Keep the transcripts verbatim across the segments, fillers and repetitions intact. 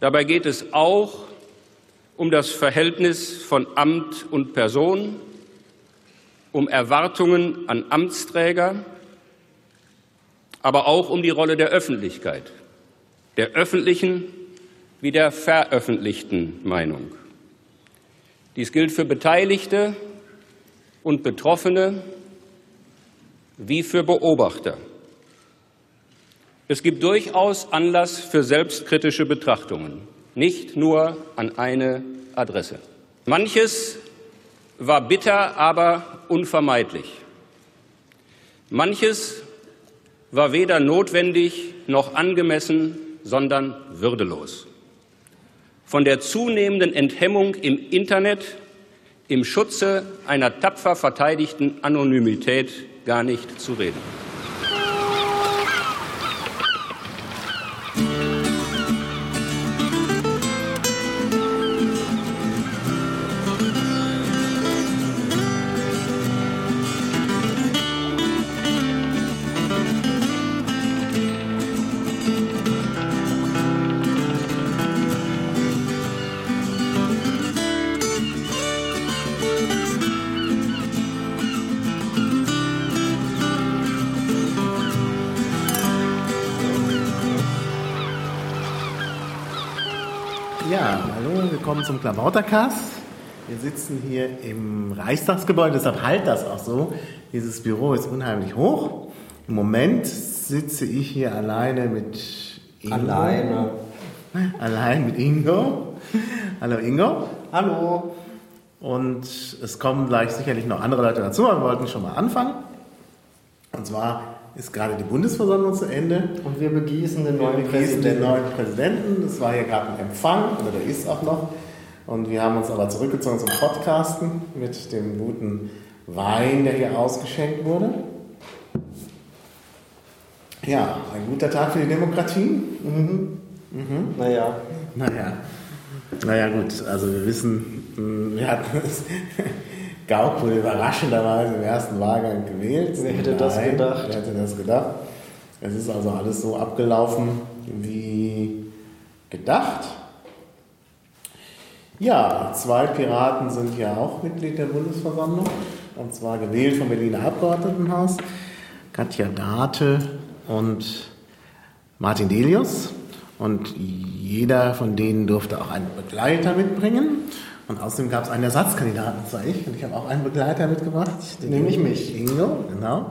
Dabei geht es auch um das Verhältnis von Amt und Person, um Erwartungen an Amtsträger, aber auch um die Rolle der Öffentlichkeit, der öffentlichen wie der veröffentlichten Meinung. Dies gilt für Beteiligte und Betroffene wie für Beobachter. Es gibt durchaus Anlass für selbstkritische Betrachtungen, nicht nur an eine Adresse. Manches war bitter, aber unvermeidlich. Manches war weder notwendig noch angemessen, sondern würdelos. Von der zunehmenden Enthemmung im Internet, im Schutze einer tapfer verteidigten Anonymität gar nicht zu reden. Zum Klabautercast. Wir sitzen hier im Reichstagsgebäude, deshalb halt das auch so. Dieses Büro ist unheimlich hoch. Im Moment sitze ich hier alleine mit Ingo. Alleine. Allein mit Ingo. Hallo Ingo. Hallo. Und es kommen gleich sicherlich noch andere Leute dazu, aber wir wollten schon mal anfangen. Und zwar ist gerade die Bundesversammlung zu Ende. Und wir begießen den wir neuen begießen Präsidenten. den neuen Präsidenten. Das war hier gerade ein Empfang, oder der ist auch noch. Und wir haben uns aber zurückgezogen zum Podcasten mit dem guten Wein, der hier ausgeschenkt wurde. Ja, ein guter Tag für die Demokratie. Mhm. Mhm. Naja. Naja. Naja, gut, also wir wissen, wir hatten es Gaukel überraschenderweise im ersten Wahlgang gewählt. Wer hätte das Nein, gedacht? Wer hätte das gedacht? Es ist also alles so abgelaufen wie gedacht. Ja, zwei Piraten sind ja auch Mitglied der Bundesversammlung, und zwar gewählt vom Berliner Abgeordnetenhaus, Katja Date und Martin Delius. Und jeder von denen durfte auch einen Begleiter mitbringen. Und außerdem gab es einen Ersatzkandidaten, das war ich, und ich habe auch einen Begleiter mitgebracht. Nämlich mich. Ingo, genau.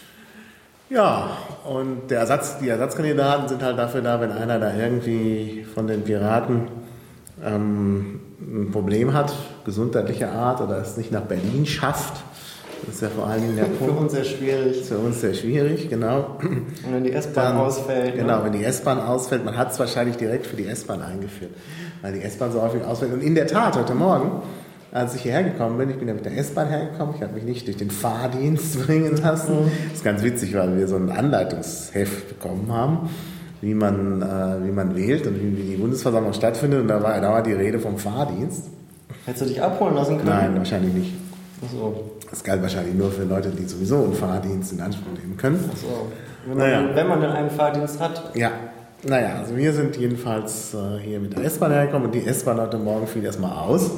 Ja, und der Ersatz, die Ersatzkandidaten sind halt dafür da, wenn einer da irgendwie von den Piraten ähm, ein Problem hat, gesundheitlicher Art, oder es nicht nach Berlin schafft. Das ist ja vor allen Dingen der Punkt. Für uns sehr schwierig. Für uns sehr schwierig, genau. Und wenn die S-Bahn ausfällt. Genau, ne? wenn die S-Bahn ausfällt, man hat es wahrscheinlich direkt für die S-Bahn eingeführt, weil die S-Bahn so häufig ausfällt. Und in der Tat, heute Morgen, als ich hierher gekommen bin, ich bin ja mit der S-Bahn hergekommen, ich habe mich nicht durch den Fahrdienst bringen lassen. Mhm. Das ist ganz witzig, weil wir so ein Anleitungsheft bekommen haben, wie man, äh, wie man wählt und wie, wie die Bundesversammlung stattfindet. Und da war, da war die Rede vom Fahrdienst. Hättest du dich abholen lassen können? Nein, wahrscheinlich nicht. Ach so. Das galt wahrscheinlich nur für Leute, die sowieso einen Fahrdienst in Anspruch nehmen können. Ach so. Wenn man, naja. wenn man denn einen Fahrdienst hat. Ja, naja, also wir sind jedenfalls äh, hier mit der S-Bahn hergekommen, und die S-Bahn heute Morgen fiel erstmal aus.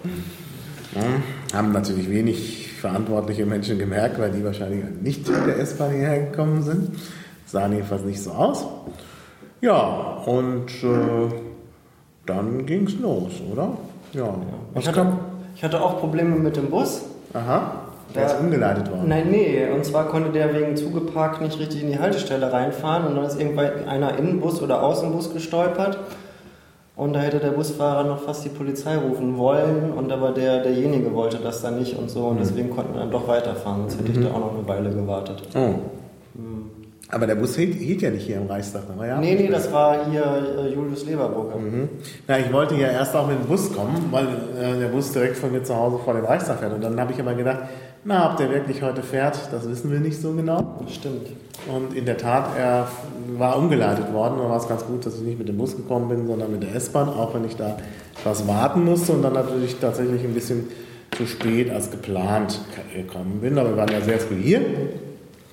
Ja, haben natürlich wenig verantwortliche Menschen gemerkt, weil die wahrscheinlich nicht mit der S-Bahn hierher gekommen sind. Sahen jedenfalls nicht so aus. Ja, und äh, dann ging es los, oder? Ja. Ich hatte, ich hatte auch Probleme mit dem Bus. Aha, der ist umgeleitet worden. Nein, nee, und zwar konnte der wegen zugeparkt nicht richtig in die Haltestelle reinfahren, und dann ist irgendwann einer in den Bus oder aus dem Bus gestolpert, und da hätte der Busfahrer noch fast die Polizei rufen wollen, und aber der, derjenige wollte das dann nicht und so, und deswegen konnten wir dann doch weiterfahren, sonst hätte ich da auch noch eine Weile gewartet. Oh. Hm. Aber der Bus hielt, hielt ja nicht hier im Reichstag. Da war ja nee, nee, das war hier äh, Julius Leverburger. Mhm. Na, ich wollte ja erst auch mit dem Bus kommen, weil äh, der Bus direkt von mir zu Hause vor dem Reichstag fährt. Und dann habe ich aber gedacht, na, ob der wirklich heute fährt, das wissen wir nicht so genau. Stimmt. Und in der Tat, er war umgeleitet worden. Da war es ganz gut, dass ich nicht mit dem Bus gekommen bin, sondern mit der S-Bahn, auch wenn ich da etwas warten musste und dann natürlich tatsächlich ein bisschen zu spät als geplant gekommen bin. Aber wir waren ja sehr früh hier,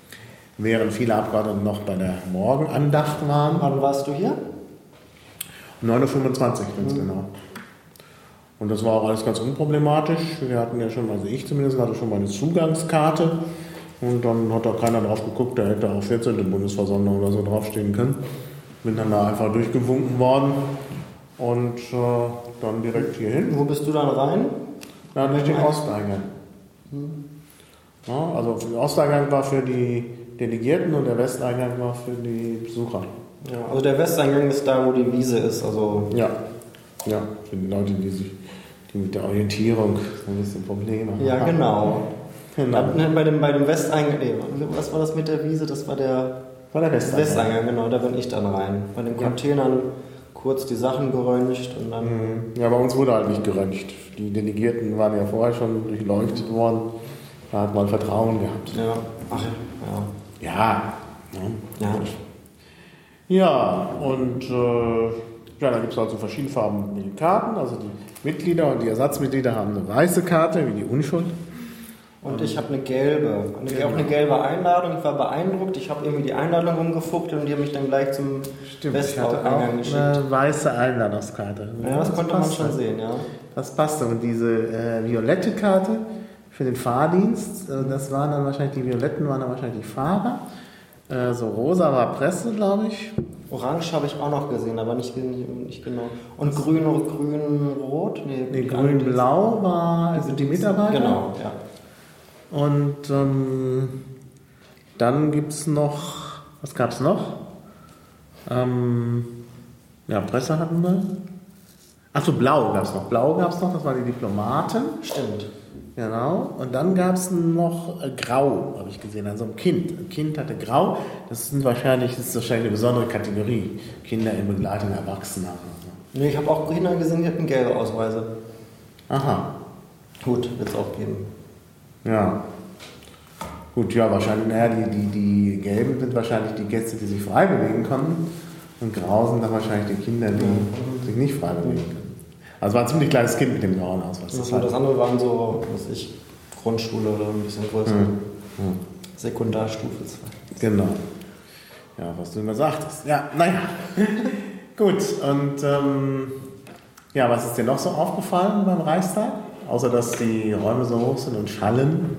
während viele Abgeordnete noch bei der Morgenandacht waren. Wann warst du hier? neun Uhr fünfundzwanzig, ganz mhm. genau. Und das war auch alles ganz unproblematisch. Wir hatten ja schon, also ich zumindest, hatte schon mal eine Zugangskarte. Und dann hat da keiner drauf geguckt, da hätte auch vierzehnte Bundesversammlung oder so draufstehen können. Bin dann da einfach durchgewunken worden und äh, dann direkt hier hin. Wo bist du dann rein? Ja, durch den Osteingang. Mhm. Ja, also der Osteingang war für die Delegierten und der Westeingang war für die Besucher. Ja, also der Westeingang ist da, wo die Wiese ist. Also ja, ja, für die Leute, die sich die mit der Orientierung ein bisschen Probleme haben. Ja, genau. genau. Da, bei, dem, bei dem Westeingang, nee, was war das mit der Wiese? Das war der, war der Westeingang. Westeingang, genau, da bin ich dann rein. Bei den Containern ja. kurz die Sachen geröntgt und dann... Mhm. Ja, bei uns wurde halt nicht geröntgt. Die Delegierten waren ja vorher schon durchleuchtet worden. Da hat man Vertrauen gehabt. Ja, ach ja. Ja. Ja, ja. ja und äh, ja, da gibt es also verschiedenfarbene Karten. Also die Mitglieder und die Ersatzmitglieder haben eine weiße Karte, wie die Unschuld. Und ich habe eine gelbe. Und ich auch eine gelbe Einladung. Ich war beeindruckt. Ich habe irgendwie die Einladung rumgefuchtelt und die haben mich dann gleich zum Westeingang geschickt. Eine weiße Einladungskarte. Ja, das, das konnte man schon sehen, ja. Das passte. Und diese äh, violette Karte für den Fahrdienst, äh, das waren dann wahrscheinlich, die violetten waren dann wahrscheinlich die Fahrer. Äh, so rosa war Presse, glaube ich. Orange habe ich auch noch gesehen, aber nicht, nicht, nicht genau. Und grün, grün, rot? Nee, nee grün, blau war also die Mitarbeiter. Genau, ja. Und ähm, dann gibt es noch, was gab es noch? Ähm, ja, Presse hatten wir. Achso, blau gab es noch. Blau gab es noch, das waren die Diplomaten. Stimmt. Genau. Und dann gab es noch äh, Grau, habe ich gesehen, also ein Kind. Ein Kind hatte Grau. Das sind wahrscheinlich, das ist wahrscheinlich eine besondere Kategorie. Kinder in Begleitung Erwachsener. So. Nee, ich habe auch Kinder gesehen, die hatten gelbe Ausweise. Aha. Gut, wird es auch geben. Ja. Gut, ja, wahrscheinlich, naja, die, die, die Gelben sind wahrscheinlich die Gäste, die sich frei bewegen konnten. Und Grau sind dann wahrscheinlich die Kinder, die mhm. sich nicht frei bewegen können. Also war ein ziemlich kleines Kind mit dem grauen Ausweis. Das, das andere waren so, was ich, Grundschule oder ein bisschen größer. Mhm. Mhm. Sekundarstufe zwei. Genau. Ja, was du immer sagtest. Ja, naja. Gut, und ähm, ja, was ist dir noch so aufgefallen beim Reichstag? Außer, dass die Räume so hoch sind und schallen.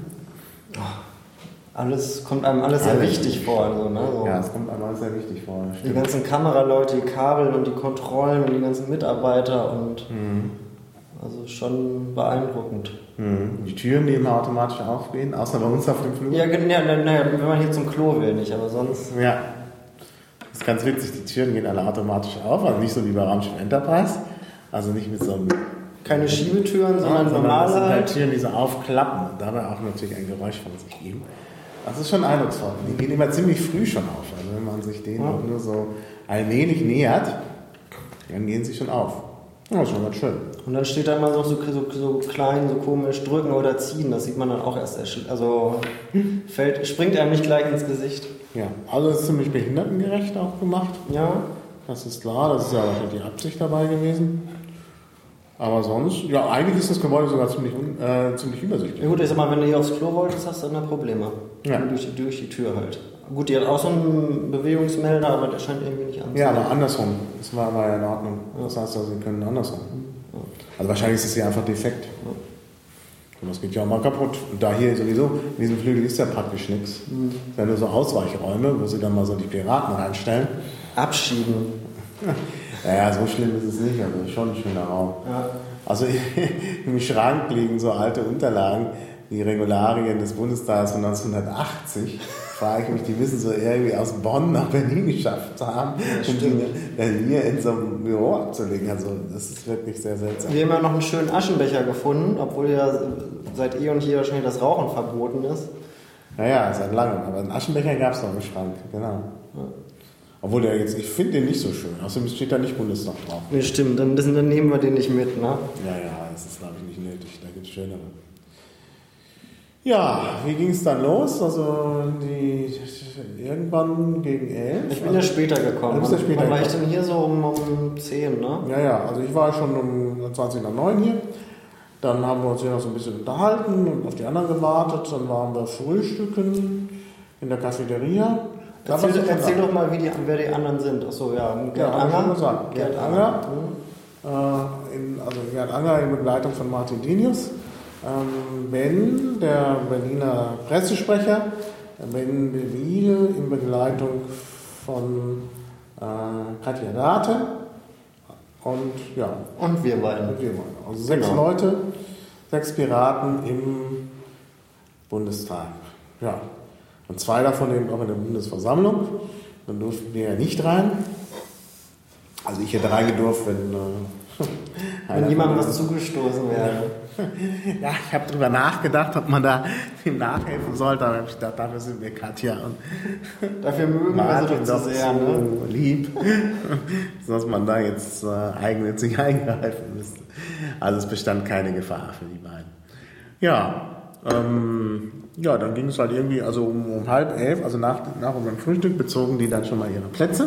Alles, kommt einem alles sehr wichtig vor. Also, ne? So. Ja, es kommt einem alles sehr wichtig vor. Die stimmt. Ganzen Kameraleute, die Kabel und die Kontrollen und die ganzen Mitarbeiter und mhm. also schon beeindruckend. Mhm. Die Türen, die immer automatisch aufgehen, außer bei uns auf dem Flur. Ja, ja, naja, wenn man hier zum Klo will, nicht, aber sonst... Ja, das ist ganz witzig, die Türen gehen alle automatisch auf, also nicht so wie bei Raumschiff Enterprise, also nicht mit so einem... Keine Schiebetüren, sondern ja, normale das sind halt Türen, die so aufklappen und dabei auch natürlich ein Geräusch von sich geben. Das ist schon eindrucksvoll. Die gehen immer ziemlich früh schon auf. Also wenn man sich denen ja. auch nur so allmählich nähert, dann gehen sie schon auf. Ja, das ist schon ganz schön. Und dann steht da immer so, so, so klein, so komisch drücken oder ziehen. Das sieht man dann auch erst. Also fällt, springt einem nicht gleich ins Gesicht. Ja, also es ist ziemlich behindertengerecht auch gemacht. Ja. Das ist klar, das ist ja auch die Absicht dabei gewesen. Aber sonst, ja, eigentlich ist das Gebäude sogar ziemlich, äh, ziemlich übersichtlich. Ja gut, ich sag mal, wenn du hier aufs Klo wolltest, hast du dann Probleme. Ja. Durch die, durch die Tür halt. Gut, die hat auch so einen Bewegungsmelder, aber der scheint irgendwie nicht an. Ja, aber andersrum. Das war aber ja in Ordnung. Das heißt also, sie können andersrum. Ja. Also wahrscheinlich ist es hier einfach defekt. Ja. Und das geht ja auch mal kaputt. Und da hier sowieso, in diesem Flügel ist ja praktisch nichts. Mhm. Das sind ja nur so Ausweichräume, wo sie dann mal so die Piraten reinstellen. Abschieben. Naja, so schlimm ist es nicht, also schon ein schöner Raum. Ja. Also im Schrank liegen so alte Unterlagen, die Regularien des Bundestags von neunzehnhundertachtzig. Frage ich mich, die müssen so irgendwie aus Bonn nach Berlin geschafft haben, ja, um die dann hier in so einem Büro abzulegen. Also das ist wirklich sehr seltsam. Wir haben ja noch einen schönen Aschenbecher gefunden, obwohl ja seit eh und je wahrscheinlich das Rauchen verboten ist. Naja, seit langem, aber einen Aschenbecher gab es noch im Schrank, genau. Ja. Obwohl der jetzt, ich finde den nicht so schön. Außerdem steht da nicht Bundestag drauf. Nee, stimmt, dann, dann nehmen wir den nicht mit, ne? Ja, ja, das ist, glaube ich, nicht nötig. Da gibt es schönere. Ja, wie ging es dann los? Also die, irgendwann gegen elf? Ich bin ja später gekommen. Du bist ja später Wann war ich denn hier so um, um zehn, ne? Ja, ja, also ich war schon um zwanzig nach neun hier. Dann haben wir uns hier noch so ein bisschen unterhalten und auf die anderen gewartet. Dann waren wir frühstücken in der Cafeteria. Erzähl, erzähl doch mal, wie die, wer die anderen sind. Achso, ja, Gerd ja, Anger. Gesagt. Gerd, Gerd Anger. Äh, in, also Gerd Anger in Begleitung von Martin Dinius. Ähm, Ben, der Berliner Pressesprecher. Ben Bewile in Begleitung von äh, Katja Date. Und ja. Und wir beiden. Und wir beiden. Also sechs genau. Leute, sechs Piraten im Bundestag. Ja. Und zwei davon eben auch in der Bundesversammlung. Dann durften wir ja nicht rein. Also ich hätte reingedurft, wenn... Äh, wenn jemandem was zugestoßen wäre. Ja, ich habe darüber nachgedacht, ob man da ihm nachhelfen sollte. Aber ich dachte, dafür sind wir Katja und dafür mögen wir sie doch zu sehr, ne? Lieb, dass man da jetzt äh, eigennützig eingreifen müsste. Also es bestand keine Gefahr für die beiden. Ja, ähm, ja, dann ging es halt irgendwie, also um, um halb elf, also nach, nach unserem Frühstück, bezogen die dann schon mal ihre Plätze.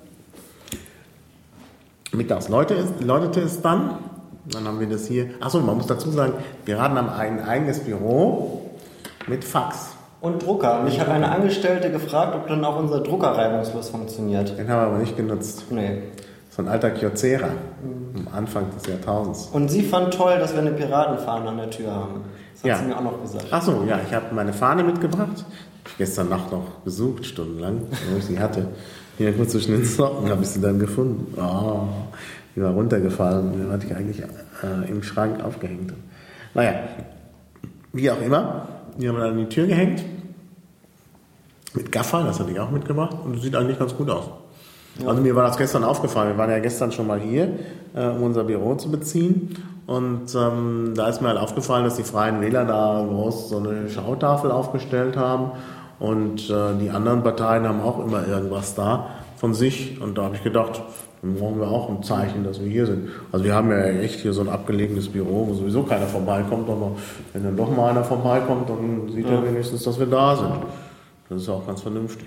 Mittags läutete es dann. Dann haben wir das hier. Achso, man muss dazu sagen, wir hatten ein eigenes Büro mit Fax. Und Drucker. Und ich habe eine Angestellte gefragt, ob dann auch unser Drucker reibungslos funktioniert. Den haben wir aber nicht genutzt. Nee. So ein alter Kyocera mhm. am Anfang des Jahrtausends. Und sie fand toll, dass wir eine Piratenfahne an der Tür haben. Das hat ja. sie mir auch noch gesagt. Achso, ja, ich habe meine Fahne mitgebracht. Habe ich gestern Nacht noch besucht, stundenlang, wo ich sie hatte. Hier kurz zwischen den Socken habe ich sie dann gefunden. Oh, die war runtergefallen. Die hatte ich eigentlich äh, im Schrank aufgehängt. Naja, wie auch immer. Die haben wir dann an die Tür gehängt. Mit Gaffer, das hatte ich auch mitgebracht. Und das sieht eigentlich ganz gut aus. Ja. Also mir war das gestern aufgefallen. Wir waren ja gestern schon mal hier, äh, um unser Büro zu beziehen. Und ähm, da ist mir halt aufgefallen, dass die Freien Wähler da groß so eine Schautafel aufgestellt haben. Und äh, die anderen Parteien haben auch immer irgendwas da von sich. Und da habe ich gedacht, dann brauchen wir auch ein Zeichen, dass wir hier sind. Also wir haben ja echt hier so ein abgelegenes Büro, wo sowieso keiner vorbeikommt. Aber wenn dann doch mal einer vorbeikommt, dann sieht ja. er wenigstens, dass wir da sind. Das ist auch ganz vernünftig.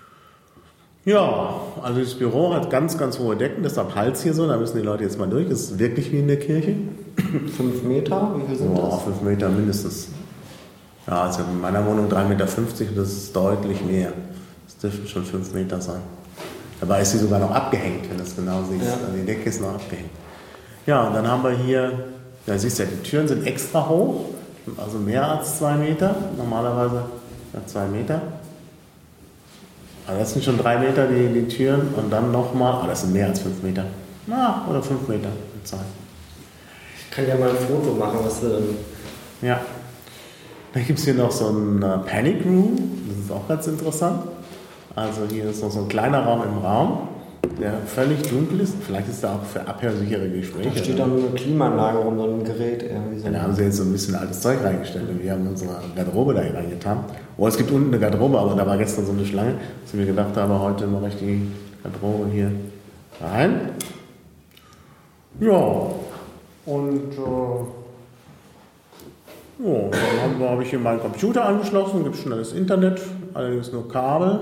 Ja, also das Büro hat ganz, ganz hohe Decken, deshalb Hals hier so, da müssen die Leute jetzt mal durch. Das ist wirklich wie in der Kirche. Fünf Meter? Wie viel sind oh, das? Fünf Meter mindestens. Ja, also in meiner Wohnung drei Meter fünfzig und das ist deutlich mehr. Das dürften schon fünf Meter sein. Dabei ist sie sogar noch abgehängt, wenn du das genau siehst. Ja. Also die Decke ist noch abgehängt. Ja, und dann haben wir hier, da siehst du ja, die Türen sind extra hoch, also mehr als zwei Meter. Normalerweise ja, zwei Meter. Also das sind schon drei Meter die, die Türen und dann nochmal, oh, das sind mehr als fünf Meter. Na, oder fünf Meter. Ich kann ja mal ein Foto machen, was du dann... Ja. Dann gibt es hier noch so einen uh, Panic Room, das ist auch ganz interessant. Also hier ist noch so ein kleiner Raum im Raum, der völlig dunkel ist. Vielleicht ist da auch für abhörsichere Gespräche. Da steht dann eine Klimaanlage rum, so ein Gerät. Irgendwie so. Ja, da haben sie jetzt so ein bisschen altes Zeug reingestellt und wir haben unsere Garderobe da reingetan. Oh, es gibt unten eine Garderobe, aber da war gestern so eine Schlange, dass ich mir gedacht habe, heute mache ich die Garderobe hier rein. Ja, und äh, ja, dann habe ich hier meinen Computer angeschlossen, gibt schnelles Internet, allerdings nur Kabel.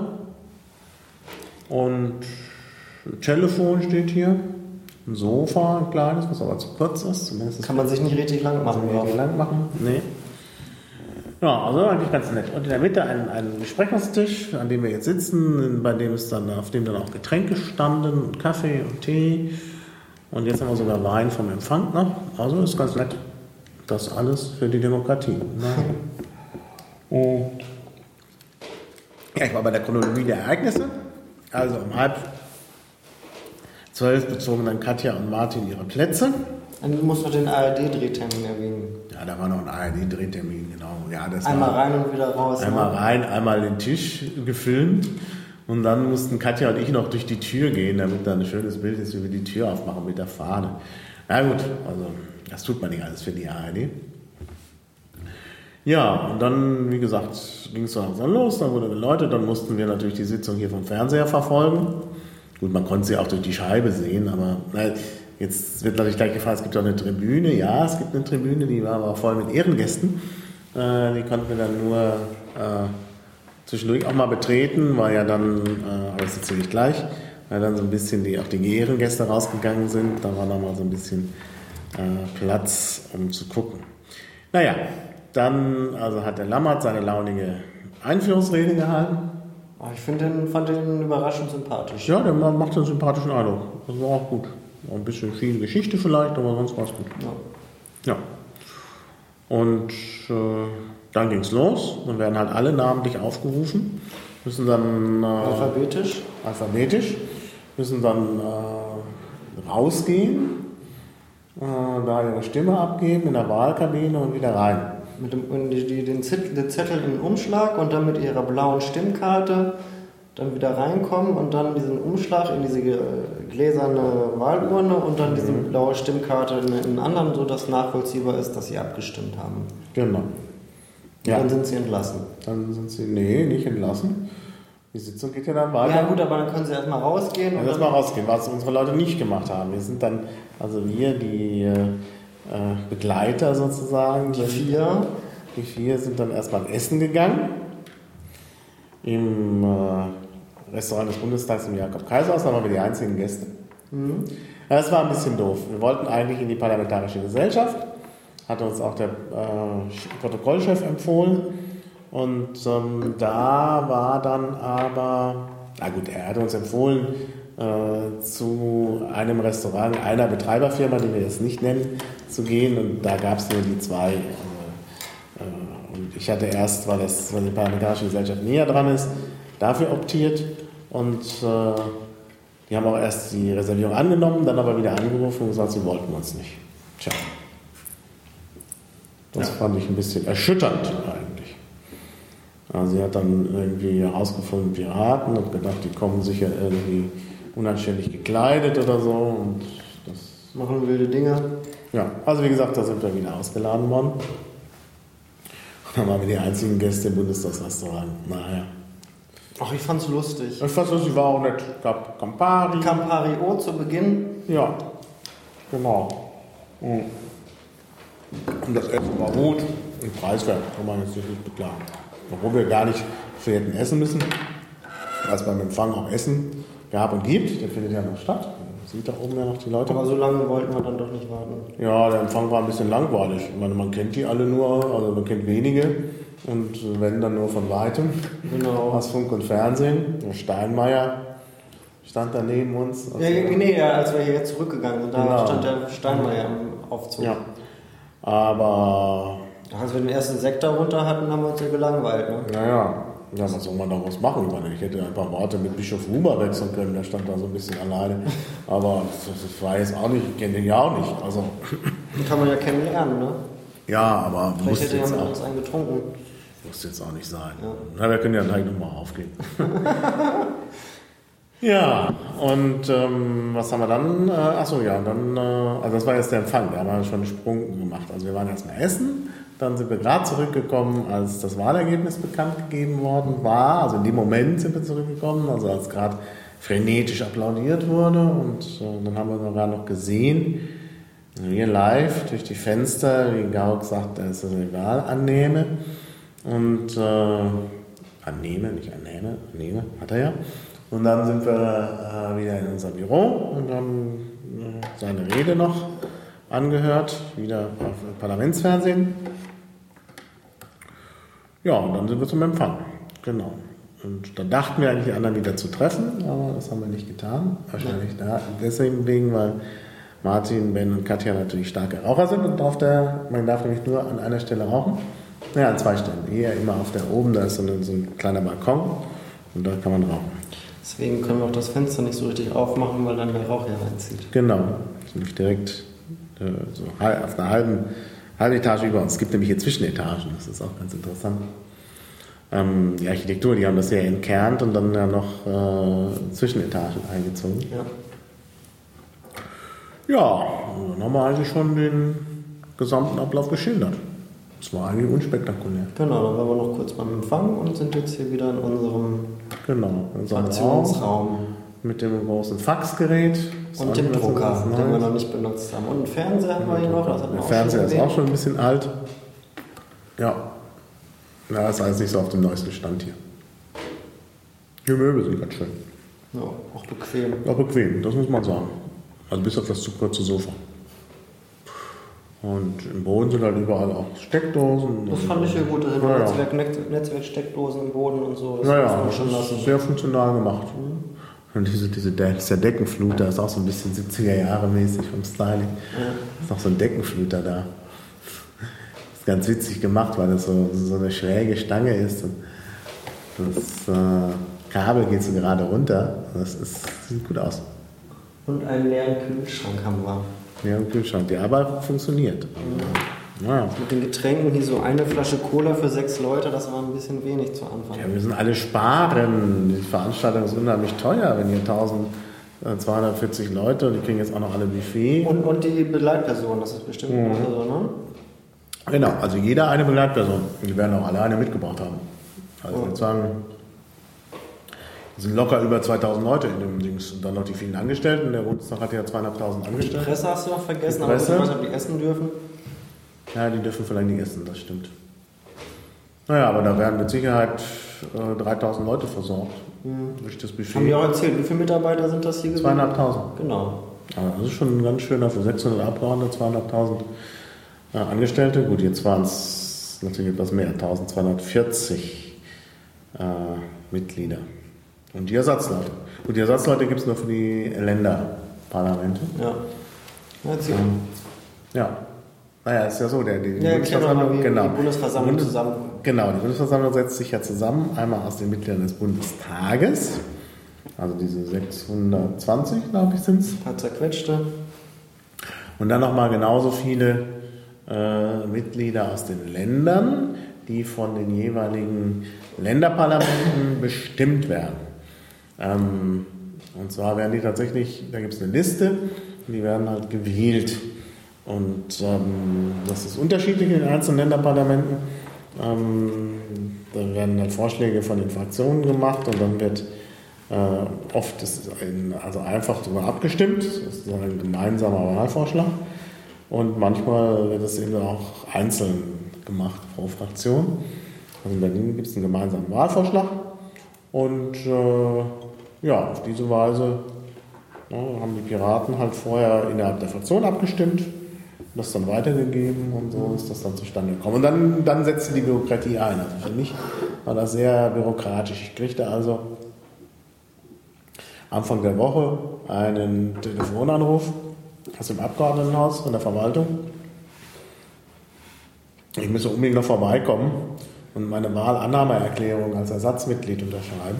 Und Telefon steht hier, ein Sofa, ein kleines, was aber zu kurz ist. Zumindest kann man sich nicht richtig lang machen. Nicht richtig lang machen, nee. Ja, also eigentlich ganz nett. Und in der Mitte ein, ein Besprechungstisch, an dem wir jetzt sitzen, bei dem ist dann, auf dem dann auch Getränke standen, und Kaffee und Tee. Und jetzt haben wir sogar Wein vom Empfang noch. Also ist ganz nett. Das alles für die Demokratie. Oh. Ja, ich war bei der Chronologie der Ereignisse. Also um halb zwölf bezogen dann Katja und Martin ihre Plätze. Und du musst noch den A R D-Drehtermin erwähnen. Ja, da war noch ein A R D-Drehtermin, genau. Ja, das einmal war rein und wieder raus. Einmal ne? rein, einmal den Tisch gefilmt. Und dann mussten Katja und ich noch durch die Tür gehen, damit da ein schönes Bild ist, wie wir die Tür aufmachen mit der Fahne. Na gut, also das tut man nicht alles für die A R D. Ja, und dann, wie gesagt, ging es so langsam los, dann wurde geläutet, dann mussten wir natürlich die Sitzung hier vom Fernseher verfolgen. Gut, man konnte sie auch durch die Scheibe sehen, aber na, jetzt wird natürlich gleich gefragt, es gibt auch eine Tribüne. Ja, es gibt eine Tribüne, die war aber voll mit Ehrengästen. Äh, die konnten wir dann nur äh, zwischendurch auch mal betreten, weil ja dann, äh, aber das erzähle ich gleich, weil dann so ein bisschen die, auch die Ehrengäste rausgegangen sind. Da war noch mal so ein bisschen äh, Platz, um zu gucken. Naja, dann also hat der Lammert seine launige Einführungsrede gehalten. Aber ich find den, fand den überraschend sympathisch. Ja, der macht einen sympathischen Eindruck. Das war auch gut. War ein bisschen viel Geschichte vielleicht, aber sonst war es gut. Ja. Ja. Und äh, dann ging es los. Dann werden halt alle namentlich aufgerufen. Müssen dann äh, Alphabetisch. Alphabetisch. Müssen dann äh, rausgehen, äh, da ihre Stimme abgeben in der Wahlkabine und wieder rein. Mit dem, und die, die, den Zettel, Zettel in den Umschlag und dann mit ihrer blauen Stimmkarte dann wieder reinkommen und dann diesen Umschlag in diese gläserne Wahlurne und dann diese blaue Stimmkarte in einen anderen, sodass nachvollziehbar ist, dass sie abgestimmt haben. Genau. Ja. Dann sind sie entlassen. Dann sind sie, nee, nicht entlassen. Die Sitzung geht ja dann weiter. Ja gut, aber dann können sie erstmal rausgehen. Ja, erstmal rausgehen, was unsere Leute nicht gemacht haben. Wir sind dann, also wir, die äh, Begleiter sozusagen. Die vier. Die vier sind dann erstmal essen gegangen. Im äh, Restaurant des Bundestags im Jakob-Kaiser-Haus, da waren wir die einzigen Gäste. Mhm. Ja, das war ein bisschen doof. Wir wollten eigentlich in die Parlamentarische Gesellschaft, hatte uns auch der äh, Protokollchef empfohlen. Und ähm, da war dann aber, na gut, er hatte uns empfohlen, äh, zu einem Restaurant einer Betreiberfirma, die wir jetzt nicht nennen, zu gehen. Und da gab es nur die zwei. Äh, äh, und ich hatte erst, weil, das, weil die Parlamentarische Gesellschaft näher dran ist, dafür optiert. Und äh, die haben auch erst die Reservierung angenommen, dann aber wieder angerufen und gesagt, sie wollten uns nicht. Tja. Das ja. fand ich ein bisschen erschütternd eigentlich. Also sie hat dann irgendwie herausgefunden, Piraten, und gedacht, die kommen sicher irgendwie unanständig gekleidet oder so. Und das machen wilde Dinge. Ja, also wie gesagt, da sind wir wieder ausgeladen worden. Und dann waren wir die einzigen Gäste im Bundestagsrestaurant. Naja. Ach, ich fand's lustig. Ich fand's lustig, war auch nett. Es gab Campari. Campari O zu Beginn. Ja, genau. Und das Essen war gut und preiswert, kann man jetzt nicht beklagen. Obwohl wir gar nicht viel hätten essen müssen, weil es beim Empfang auch Essen gab und gibt. Der findet ja noch statt. Man sieht da oben ja noch die Leute. Aber so lange wollten wir dann doch nicht warten. Ja, der Empfang war ein bisschen langweilig. Ich meine, man kennt die alle nur, also man kennt wenige. Und wenn, dann nur von Weitem. Genau. Aus Funk und Fernsehen. Der Steinmeier stand da neben uns. Also ja, nee, ja, als wir hier zurückgegangen sind, da genau. stand der Steinmeier am Aufzug. Ja. Aber als wir den ersten Sekt darunter hatten, haben wir uns ja gelangweilt. Ne? Naja, ja, was soll man daraus machen? Ich, meine, ich hätte ein paar Worte mit Bischof Huber wechseln können, der stand da so ein bisschen alleine. Aber das war jetzt auch nicht, ich kenne den ja auch nicht. Also, kann man ja kennenlernen, ne? Ja, aber vielleicht hätte er mit uns einen getrunken. Muss jetzt auch nicht sein. Ja. Na, wir können ja gleich nochmal aufgehen. Ja, und ähm, was haben wir dann? Äh, achso, ja, dann, äh, also das war jetzt der Empfang, da haben wir schon einen Sprung gemacht. Also wir waren erstmal essen, dann sind wir gerade zurückgekommen, als das Wahlergebnis bekannt gegeben worden war. Also in dem Moment sind wir zurückgekommen, also als gerade frenetisch applaudiert wurde. Und äh, dann haben wir sogar noch gesehen, hier live durch die Fenster, wie Gauck sagt, da ist das egal, annehme. Und äh, annehme, nicht annehme, annehme, hat er ja. Und dann sind wir äh, wieder in unser Büro und haben äh, seine Rede noch angehört, wieder auf Parlamentsfernsehen. Ja, und dann sind wir zum Empfang. Genau. Und dann dachten wir eigentlich, die anderen wieder zu treffen, aber das haben wir nicht getan. Wahrscheinlich da, deswegen, wegen, weil Martin, Ben und Katja natürlich starke Raucher sind und auf der, man darf nämlich nur an einer Stelle rauchen. Ja, an zwei Stellen. Hier immer auf der oben, da ist so ein, so ein kleiner Balkon und da kann man rauchen. Deswegen können wir auch das Fenster nicht so richtig aufmachen, weil dann der Rauch hier reinzieht. Genau, das ist nämlich direkt äh, so auf einer halben, halben Etage über uns. Es gibt nämlich hier Zwischenetagen, das ist auch ganz interessant. Ähm, die Architektur, die haben das ja entkernt und dann ja noch äh, Zwischenetagen eingezogen. Ja. Ja, dann haben wir eigentlich schon den gesamten Ablauf geschildert. Das war eigentlich unspektakulär. Genau, dann waren wir noch kurz beim Empfang und sind jetzt hier wieder in unserem Genau, in unserem Aktionsraum. Raum mit dem großen Faxgerät. Und dem Drucker, den wir noch nicht benutzt haben. Und einen Fernseher haben wir hier noch. Das hat der Fernseher ist auch schon ein bisschen alt. Ja, ja, das ist alles nicht so auf dem neuesten Stand hier. Die Möbel sind ganz schön. Ja, auch bequem. Auch bequem, das muss man sagen. Also bis auf das zu kurze Sofa. Und im Boden sind halt überall auch Steckdosen. Das fand ich ja gut, da sind ja, Netzwerk, Netzwerksteckdosen im Boden und so. Das ja, muss ja, man das schon ist lassen. sehr funktional gemacht. Und diese, diese, dieser Deckenfluter ist auch so ein bisschen siebziger Jahre mäßig vom Styling. Ja. Ist noch so ein Deckenfluter da. Das ist ganz witzig gemacht, weil das so, so eine schräge Stange ist. Und das äh, Kabel geht so gerade runter. Das ist, sieht gut aus. Und einen leeren Kühlschrank haben wir. Ja, ein Kühlschrank, der aber funktioniert. Mhm. Ja. Mit den Getränken hier so eine Flasche Cola für sechs Leute, das war ein bisschen wenig zu Anfang. Ja, wir müssen alle sparen. Die Veranstaltung ist unheimlich teuer, wenn hier eintausendzweihundertvierzig Leute und die kriegen jetzt auch noch alle Buffet. Und, und die Begleitperson, das ist bestimmt Mhm. auch so, ne? Genau, also jeder eine Begleitperson. Die werden auch alle eine mitgebracht haben. Also Oh. ich würde sagen, es sind locker über zweitausend Leute in dem Dings. Und dann noch die vielen Angestellten. Der Bundestag hat ja zweieinhalbtausend Die Angestellte. Presse hast du noch vergessen, Die aber ich Presse? weiß nicht, ob die essen dürfen. Ja, die dürfen vielleicht nicht essen, das stimmt. Naja, aber da werden mit Sicherheit äh, dreitausend Leute versorgt durch das Buffet. Haben die auch erzählt, wie viele Mitarbeiter sind das hier gewesen? zweieinhalbtausend. Genau. Aber das ist schon ein ganz schöner für sechshundert Abgeordnete, zweieinhalbtausend äh, Angestellte. Gut, jetzt waren es natürlich etwas mehr, eintausendzweihundertvierzig äh, Mitglieder. Und die Ersatzleute. Und die Ersatzleute gibt es nur für die Länderparlamente. Ja. Na, erzähl. Ähm, ja. Naja, ist ja so, der, die, die Ja, erklär doch mal, wie genau. die Bundesversammlung Bundes- zusammenkommt. Genau, die Bundesversammlung setzt sich ja zusammen, einmal aus den Mitgliedern des Bundestages, also diese sechshundertzwanzig, glaube ich, sind es. Ein paar zerquetschte. Und dann nochmal genauso viele äh, Mitglieder aus den Ländern, die von den jeweiligen Länderparlamenten bestimmt werden. Ähm, und zwar werden die tatsächlich, da gibt es eine Liste, und die werden halt gewählt. Und ähm, das ist unterschiedlich in den einzelnen Länderparlamenten. Ähm, da werden dann Vorschläge von den Fraktionen gemacht und dann wird äh, oft ist ein, also einfach darüber abgestimmt. Das ist so ein gemeinsamer Wahlvorschlag. Und manchmal wird es eben auch einzeln gemacht pro Fraktion. Also in Berlin gibt es einen gemeinsamen Wahlvorschlag. Und äh, ja, auf diese Weise ja, haben die Piraten halt vorher innerhalb der Fraktion abgestimmt. Das dann weitergegeben und so ist das dann zustande gekommen. Und dann, dann setzte die Bürokratie ein. Also für mich war das sehr bürokratisch. Ich kriegte also Anfang der Woche einen Telefonanruf aus dem Abgeordnetenhaus von der Verwaltung. Ich müsse unbedingt noch vorbeikommen und meine Wahlannahmeerklärung als Ersatzmitglied unterschreiben.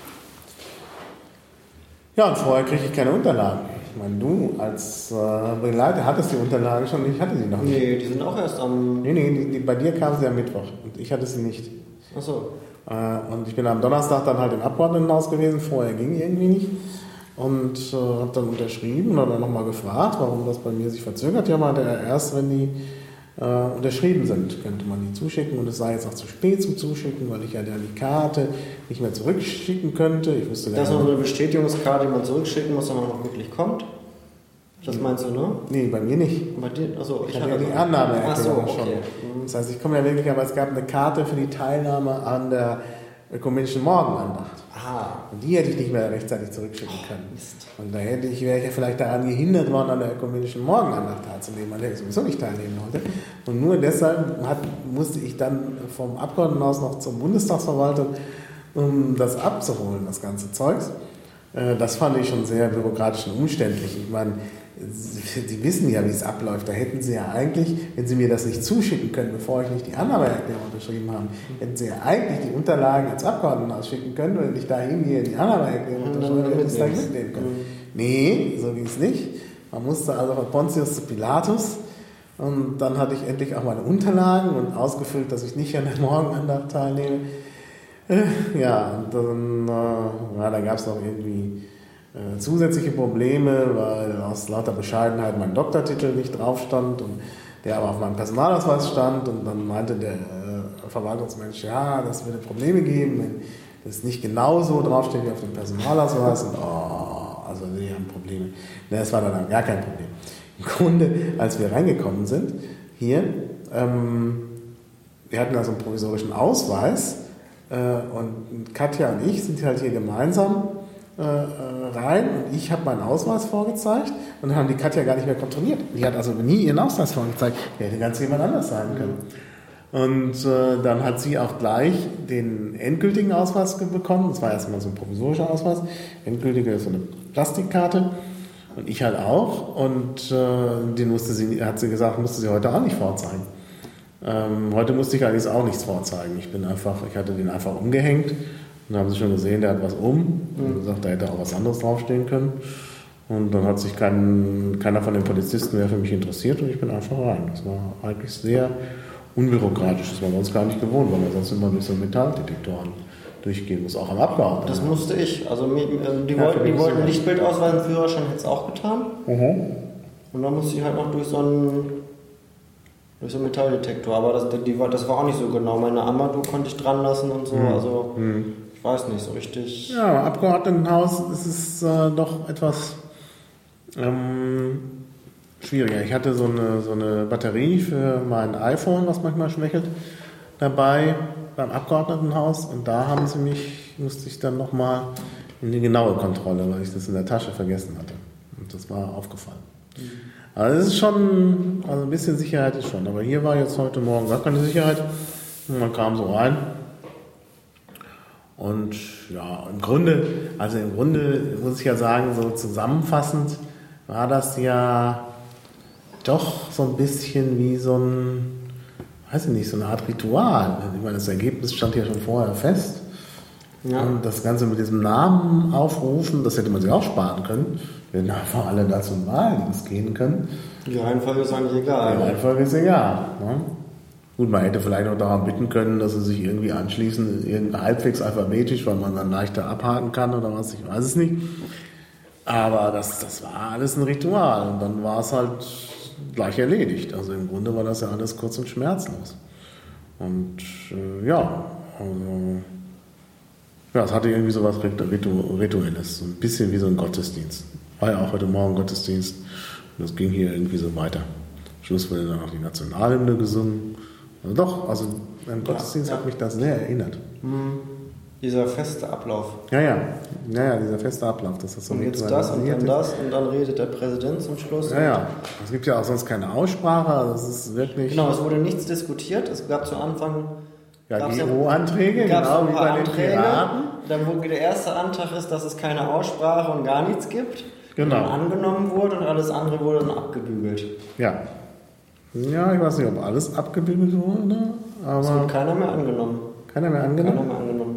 Ja, und vorher kriege ich keine Unterlagen. Ich meine, du als äh, Begleiter hattest die Unterlagen schon, ich hatte sie noch nicht. Nee, die sind auch erst am... Nee, nee, die, die, bei dir kam sie am Mittwoch und ich hatte sie nicht. Achso. Äh, und ich bin am Donnerstag dann halt im Abgeordnetenhaus gewesen, vorher ging irgendwie nicht. Und äh, habe dann unterschrieben und dann nochmal gefragt, warum das bei mir sich verzögert. Ja, meinte er, erst wenn die äh, unterschrieben sind, könnte man die zuschicken. Und es sei jetzt auch zu spät zum Zuschicken, weil ich ja dann die Karte nicht mehr zurückschicken könnte. Ich wusste gar Das ist nicht. noch so eine Bestätigungskarte, die man zurückschicken muss, wenn man noch wirklich kommt. Das meinst du, ne? Nee, bei mir nicht. Bei dir? Achso, Ich hatte ja die Annahmeerklärung Ach so, okay. schon. Das heißt, ich komme ja wirklich, aber es gab eine Karte für die Teilnahme an der ökumenischen Morgenandacht. Ah. Und die hätte ich nicht mehr rechtzeitig zurückschicken können. Mist. Und da hätte ich, wäre ich ja vielleicht daran gehindert worden, an der ökumenischen Morgenandacht teilzunehmen, an der ich sowieso nicht teilnehmen wollte. Und nur deshalb hat, musste ich dann vom Abgeordnetenhaus noch zur Bundestagsverwaltung, um das abzuholen, das ganze Zeugs. Das fand ich schon sehr bürokratisch und umständlich. Ich meine, Sie wissen ja, wie es abläuft. Da hätten Sie ja eigentlich, wenn Sie mir das nicht zuschicken können, bevor ich nicht die Annahmeerklärung unterschrieben habe, hätten Sie ja eigentlich die Unterlagen ins Abgeordnetenhaus schicken können, wenn ich dahin gehe, die Annahmeerklärung unterschreibe, hätte ich es dann mitnehmen können. Nee, so ging es nicht. Man musste also von Pontius zu Pilatus. Und dann hatte ich endlich auch meine Unterlagen und ausgefüllt, dass ich nicht an der Morgenandacht teilnehme. Ja, und dann, äh, ja, da gab es noch irgendwie äh, zusätzliche Probleme, weil aus lauter Bescheidenheit mein Doktortitel nicht drauf stand und der aber auf meinem Personalausweis stand. Und dann meinte der äh, Verwaltungsmensch, ja, das würde Probleme geben, wenn das nicht genauso draufsteht wie auf dem Personalausweis. Und oh, also die haben Probleme. Ne, das war dann gar kein Problem. Im Grunde, als wir reingekommen sind, hier, ähm, wir hatten also einen provisorischen Ausweis, äh, und Katja und ich sind halt hier gemeinsam äh, rein und ich habe meinen Ausweis vorgezeigt und dann haben die Katja gar nicht mehr kontrolliert. Die hat also nie ihren Ausweis vorgezeigt. Der hätte ganz jemand anders sein können. Und äh, dann hat sie auch gleich den endgültigen Ausweis bekommen. Das war erstmal so ein provisorischer Ausweis. Endgültiger ist so eine Plastikkarte. Und ich halt auch. Und äh, den musste sie, hat sie gesagt, musste sie heute auch nicht vorzeigen. Ähm, heute musste ich allerdings auch nichts vorzeigen. Ich bin einfach, ich hatte den einfach umgehängt. Und dann haben sie schon gesehen, der hat was um. Und gesagt, da hätte auch was anderes draufstehen können. Und dann hat sich kein, keiner von den Polizisten mehr für mich interessiert und ich bin einfach rein. Das war eigentlich sehr unbürokratisch. Das war sonst gar nicht gewohnt, weil man sonst immer durch so Metalldetektoren durchgehen muss, auch am Abgeordneten. Das musste ich. Also die ja, wollten, die wollten Lichtbildausweis, einen Führerschein hätte es auch getan. Mhm. Und dann musste ich halt noch durch so einen, durch so einen Metalldetektor. Aber das, die, das war auch nicht so genau. Meine Armbanduhr konnte ich dran lassen und so. Mhm. Also mhm. ich weiß nicht so richtig. Ja, im Abgeordnetenhaus ist es äh, doch etwas ähm, schwieriger. Ich hatte so eine, so eine Batterie für mein iPhone, was manchmal schwächelt, dabei beim Abgeordnetenhaus und da haben sie mich, musste ich dann nochmal in die genaue Kontrolle, weil ich das in der Tasche vergessen hatte. Und das war aufgefallen. Mhm. Also es ist schon, also ein bisschen Sicherheit ist schon, aber hier war jetzt heute Morgen gar keine Sicherheit. Und man kam so rein und ja, im Grunde, also im Grunde muss ich ja sagen, so zusammenfassend war das ja doch so ein bisschen wie so ein, weiß ich nicht, so eine Art Ritual. Ich meine, das Ergebnis stand ja schon vorher fest. Ja. Und das Ganze mit diesem Namen aufrufen, das hätte man sich auch sparen können. Wir hätten einfach alle da zum Wahldienst gehen können. Die Reihenfolge ist eigentlich egal. Die Reihenfolge ist egal. Ne? Gut, man hätte vielleicht noch daran bitten können, dass sie sich irgendwie anschließen, halbwegs alphabetisch, weil man dann leichter abhaken kann oder was, ich weiß es nicht. Aber das, das war alles ein Ritual und dann war es halt gleich erledigt. Also im Grunde war das ja alles kurz und schmerzlos. Und äh, ja, also, ja, es hatte irgendwie so was Ritu- Rituelles, so ein bisschen wie so ein Gottesdienst. War ja auch heute Morgen Gottesdienst und das ging hier irgendwie so weiter. Am Schluss wurde dann auch die Nationalhymne gesungen. Also doch, also ein Gottesdienst ja, ja. hat mich da sehr erinnert. Mhm. Dieser feste Ablauf. Ja, ja, ja, ja, dieser feste Ablauf. Das ist so und jetzt das und dann das und dann redet der Präsident zum Schluss. Ja, ja. Es gibt ja auch sonst keine Aussprache. Also es ist wirklich. Genau, es wurde nichts diskutiert. Es gab zu Anfang. Ja, G O-Anträge, genau wie bei den Piraten. Dann wurde der erste Antrag ist, dass es keine Aussprache und gar nichts gibt. Genau. Und dann angenommen wurde und alles andere wurde dann abgebügelt. Ja. Ja, ich weiß nicht, ob alles abgebügelt wurde, aber. Es wird keiner mehr angenommen. Keiner mehr angenommen? Keiner mehr angenommen.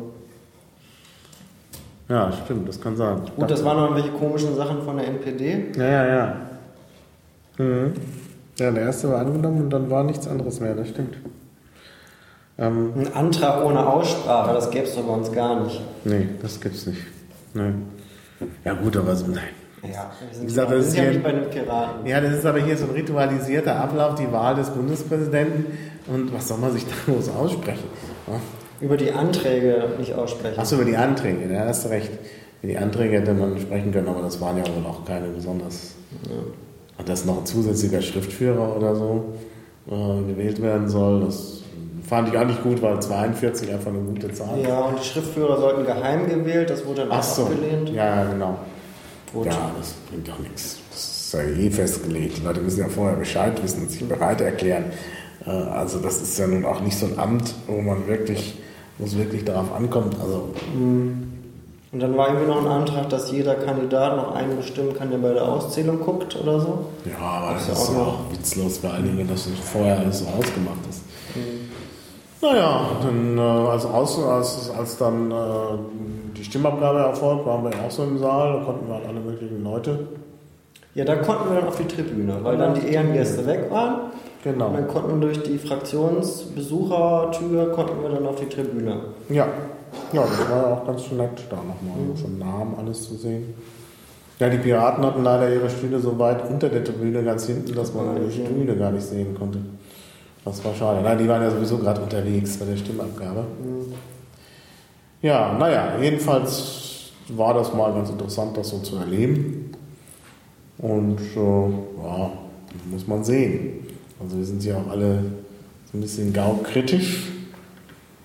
Ja, stimmt, das kann sein. Gut, das waren noch irgendwelche komischen Sachen von der N P D. Ja, ja, ja. Mhm. Ja, der erste war angenommen und dann war nichts anderes mehr, das stimmt. Ähm, Ein Antrag ohne Aussprache, das gäbe es doch bei uns gar nicht. Nee, das gibt's nicht. Nee. Ja gut, aber so, nein. Ja, wir sind, Wie gesagt, ja, das ist ja hier, nicht bei den Piraten. Ja, das ist aber hier so ein ritualisierter Ablauf, die Wahl des Bundespräsidenten. Und was soll man sich da groß aussprechen? Ja? Über die Anträge nicht aussprechen. Achso, über die Anträge, da hast du recht. Über die Anträge hätte man sprechen können, aber das waren ja wohl auch keine besonders. Ja. Und dass noch ein zusätzlicher Schriftführer oder so äh, gewählt werden soll, das fand ich auch nicht gut, weil zweiundvierzig einfach eine gute Zahl. Ja, und die Schriftführer sollten geheim gewählt, das wurde dann auch so. abgelehnt. Ja, genau. Gut. Ja, das bringt doch nichts. Das ist ja eh festgelegt. Die Leute müssen ja vorher Bescheid wissen und sich bereit erklären. Also das ist ja nun auch nicht so ein Amt, wo man wirklich, wo es wirklich darauf ankommt. Also, und dann war irgendwie noch ein Antrag, dass jeder Kandidat noch einen bestimmen kann, der bei der Auszählung guckt oder so. Ja, aber das, das ist ja auch, auch witzlos, vor allen Dingen, wenn das vorher alles so ausgemacht ist. Mhm. Naja, dann, als, als, als dann äh, die Stimmabgabe erfolgt, waren wir auch so im Saal, da konnten wir halt alle möglichen Leute. Ja, da konnten wir dann auf die Tribüne, weil dann die Ehrengäste weg waren. Genau. Und dann konnten wir durch die Fraktionsbesuchertür konnten wir dann auf die Tribüne. Ja, ja, das war ja auch ganz schön nett, da nochmal mhm. so Namen alles zu sehen. Ja, die Piraten hatten leider ihre Stühle so weit unter der Tribüne ganz hinten, dass man die Stühle gar nicht sehen konnte. Das war schade. Nein, die waren ja sowieso gerade unterwegs bei der Stimmabgabe. Mhm. Ja, naja, jedenfalls war das mal ganz interessant, das so zu erleben. Und äh, ja, muss man sehen. Also wir sind ja auch alle so ein bisschen gaukritisch.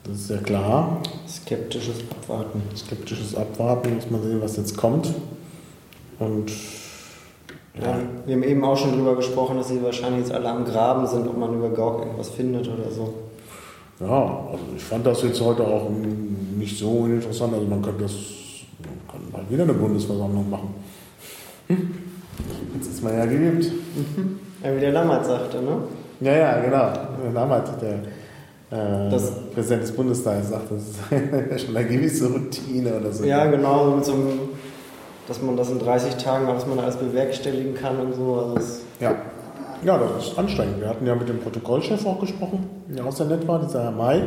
Das ist ja klar. Skeptisches Abwarten. Skeptisches Abwarten, muss man sehen, was jetzt kommt. Und ja. Ja, wir haben eben auch schon drüber gesprochen, dass sie wahrscheinlich jetzt alle am Graben sind, ob man über Gauck irgendwas findet oder so. Ja, also ich fand das jetzt heute auch nicht so uninteressant. Also man könnte das man kann halt wieder eine Bundesversammlung machen. Hm? Jetzt ist man ja geübt. Mhm. Ja, wie der Lammert sagte, ne? Ja, ja, genau. Der Lammert, der äh, das, Präsident des Bundestages, sagt, das ist schon eine gewisse Routine oder so. Ja, genau, mit so einem, dass man das in dreißig Tagen, dass man alles bewerkstelligen kann und so. Also das ja. Ja, das ist anstrengend. Wir hatten ja mit dem Protokollchef auch gesprochen, der auch sehr nett war, dieser Herr May.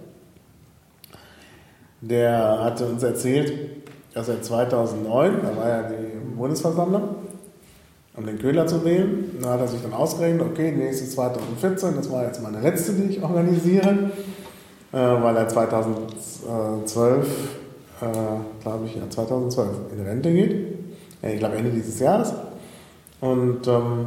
Der hatte uns erzählt, dass er zweitausendneun, da war ja die Bundesversammlung, um den Köhler zu wählen. Da hat er sich dann ausgerechnet, okay, nächstes zweitausendvierzehn, das war jetzt meine letzte, die ich organisiere, äh, weil er zweitausendzwölf, äh, glaube ich, ja, zweitausendzwölf in Rente geht. Ja, ich glaube Ende dieses Jahres. Und ähm,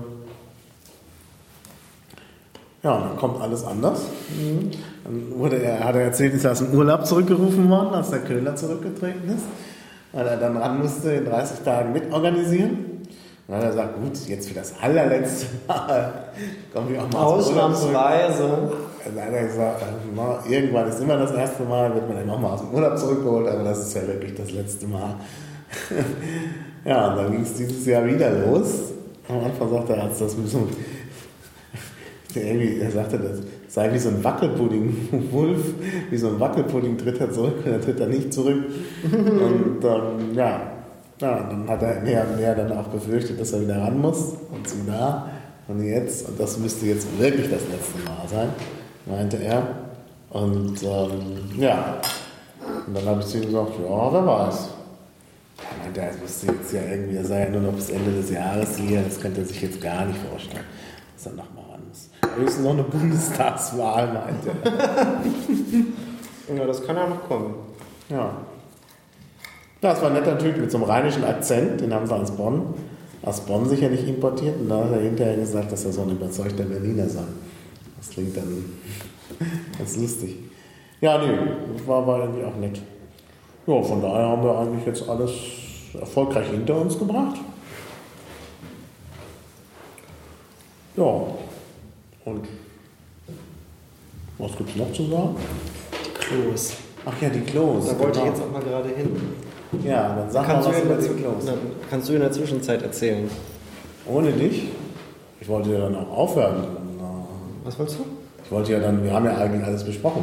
ja, dann kommt alles anders. Mhm. Dann wurde er, hat er erzählt, ist er aus dem Urlaub zurückgerufen worden, als der Köhler zurückgetreten ist, weil er dann ran musste, in dreißig Tagen mitorganisieren. Dann hat er gesagt, gut, jetzt für das allerletzte Mal komme ich auch mal ausnahmsweise. Dann hat er gesagt, na, irgendwann ist immer das erste Mal, wird man dann nochmal aus dem Urlaub zurückgeholt, aber das ist ja wirklich das letzte Mal. Ja, und dann ging es dieses Jahr wieder los. Am Anfang sagte er, das müssen irgendwie, er sagte, das sei wie so ein Wackelpudding-Wulf, wie so ein Wackelpudding tritt er zurück und dann tritt er nicht zurück. Und ähm, ja, ja, dann hat er mehr und mehr dann auch befürchtet, dass er wieder ran muss. Und so da und jetzt, und das müsste jetzt wirklich das letzte Mal sein, meinte er. Und ähm, ja, und dann habe ich zu ihm gesagt, ja, wer weiß. Er meinte, er müsste jetzt ja irgendwie, er sei ja nur noch bis Ende des Jahres hier, das könnte er sich jetzt gar nicht vorstellen, dass er nochmal ran muss. Höchstens noch eine Bundestagswahl, meinte er. Ja, das kann ja noch kommen. Ja. Das war ein netter Typ mit so einem rheinischen Akzent, den haben sie aus Bonn, aus Bonn sicherlich importiert. Und da hat er hinterher gesagt, dass er so ein überzeugter Berliner sei. Das klingt dann ganz lustig. Ja, nee, das war aber irgendwie auch nett. Ja, von daher haben wir eigentlich jetzt alles erfolgreich hinter uns gebracht. Ja, und was gibt es noch zu sagen? Die Klos. Ach ja, die Klos. Da wollte genau. ich jetzt auch mal gerade hin. Ja, dann sag kannst mal was du über der, die Klos. Dann kannst du in der Zwischenzeit erzählen. Ohne dich? Ich wollte ja dann auch aufhören. Was wolltest du? Ich wollte ja dann, wir haben ja eigentlich alles besprochen.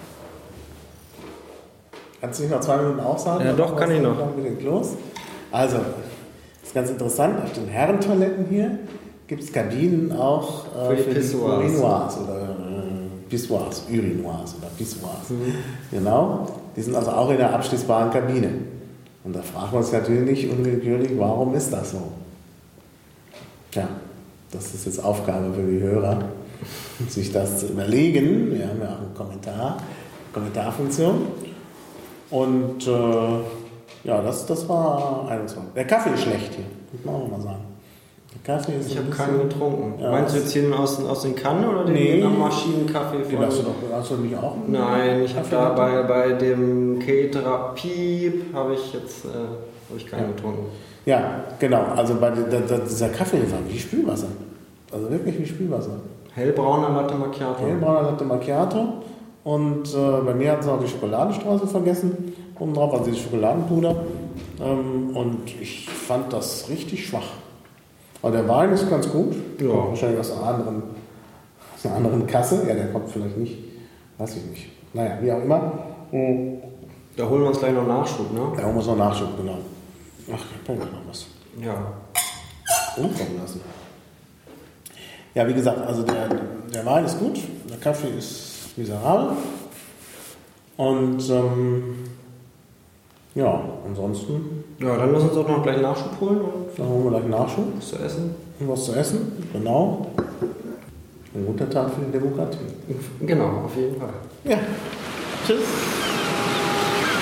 Kannst du nicht noch zwei Minuten aufsagen? Ja, doch, kann ich noch. Mit den Klos. Also, das ist ganz interessant, auf den Herrentoiletten hier gibt es Kabinen auch äh, für die, für die Urinoirs oder äh, Pissoirs, Urinoirs oder Pissoirs. Mhm. Genau, die sind also auch in der abschließbaren Kabine. Und da fragt man sich natürlich unwillkürlich, warum ist das so? Ja, das ist jetzt Aufgabe für die Hörer, sich das zu überlegen. Wir haben ja auch einen Kommentar, Kommentarfunktion. Und äh, ja, das, das war einundzwanzig. Der Kaffee ist schlecht hier, muss man auch mal sagen. Der Kaffee ist ich habe bisschen, keinen getrunken. Ja, meinst du jetzt hier aus, aus den Kannen oder den nee, Maschinenkaffee? Den hast du doch, hast du nicht auch? Nein, ich habe da bei, bei dem Caterer Piep habe ich jetzt äh, hab ich keinen ja. getrunken. Ja, genau. Also bei der, der, dieser Kaffee war wie Spülwasser. Also wirklich wie Spülwasser. Hellbrauner Latte Macchiato. Hellbrauner Latte Macchiato. Und äh, bei mir hat sie auch die Schokoladenstraße vergessen. Oben drauf, also die Schokoladenpuder. Ähm, und ich fand das richtig schwach. Aber der Wein ist ganz gut. Ja. Wahrscheinlich aus einer anderen, aus einer anderen Kasse. Ja, der kommt vielleicht nicht. Weiß ich nicht. Naja, wie auch immer. Mhm. Da holen wir uns gleich noch Nachschub, ne? Da holen wir uns noch Nachschub, genau. Ach, ich habe noch was. Ja. Umkommen lassen. Ja, wie gesagt, also der, der Wein ist gut. Der Kaffee ist miserabel. Und ähm, ja, ansonsten. Ja, dann lass uns auch noch gleich Nachschub holen. Und dann holen wir gleich Nachschub. Was zu essen. Und was zu essen, genau. Ein guter Tag für die Demokratie. Genau, auf jeden Fall. Ja. Tschüss.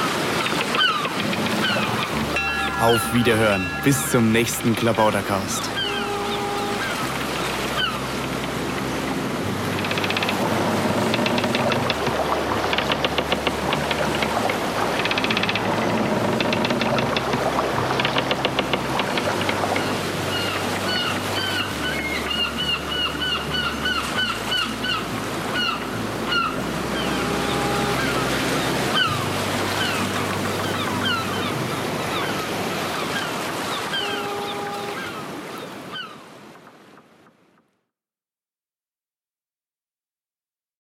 Auf Wiederhören. Bis zum nächsten Klabautercast.